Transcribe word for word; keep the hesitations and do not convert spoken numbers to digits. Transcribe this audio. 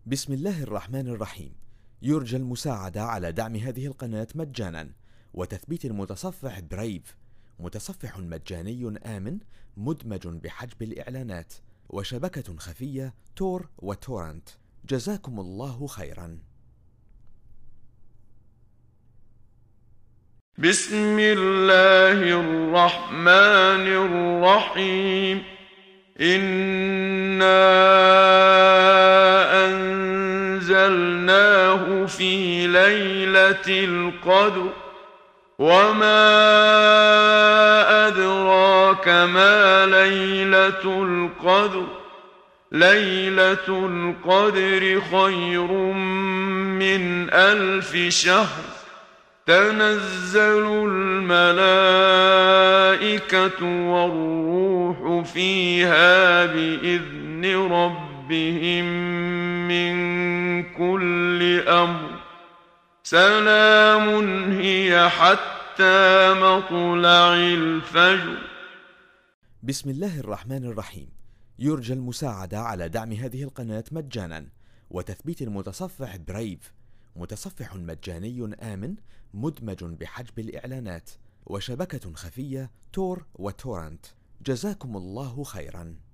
بسم الله الرحمن الرحيم. يرجى المساعدة على دعم هذه القناة مجانا وتثبيت المتصفح برايف، متصفح مجاني آمن مدمج بحجب الإعلانات وشبكة خفية تور وتورنت. جزاكم الله خيرا. بسم الله الرحمن الرحيم. إنا أنزلناه في ليلة القدر وما أدراك ما ليلة القدر. ليلة القدر خير من ألف شهر. تنزل الملائكة والروح فيها بإذن ربهم من كل أمر. سلام هي حتى مطلع الفجر. بسم الله الرحمن الرحيم. يرجى المساعدة على دعم هذه القناة مجانا وتثبيت المتصفح برايف، متصفح مجاني آمن مدمج بحجب الإعلانات وشبكة خفية تور وتورنت. جزاكم الله خيرا.